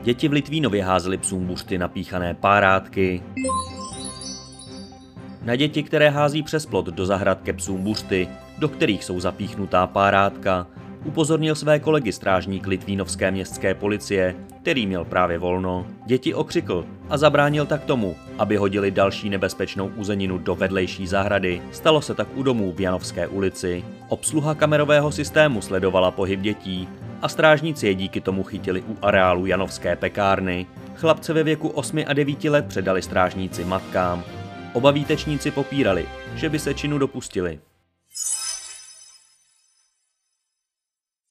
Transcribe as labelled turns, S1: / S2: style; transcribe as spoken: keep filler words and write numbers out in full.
S1: Děti v Litvínově házely psům buřty napíchané párátky. Na děti, které hází přes plot do zahrad ke psům buřty, do kterých jsou zapíchnutá párátka, upozornil své kolegy strážník litvínovské městské policie, který měl právě volno. Děti okřikl a zabránil tak tomu, aby hodili další nebezpečnou uzeninu do vedlejší zahrady. Stalo se tak u domů v Janovské ulici. Obsluha kamerového systému sledovala pohyb dětí a strážníci je díky tomu chytili u areálu Janovské pekárny. Chlapce ve věku osmi a devíti let předali strážníci matkám. Oba výtečníci popírali, že by se činu dopustili.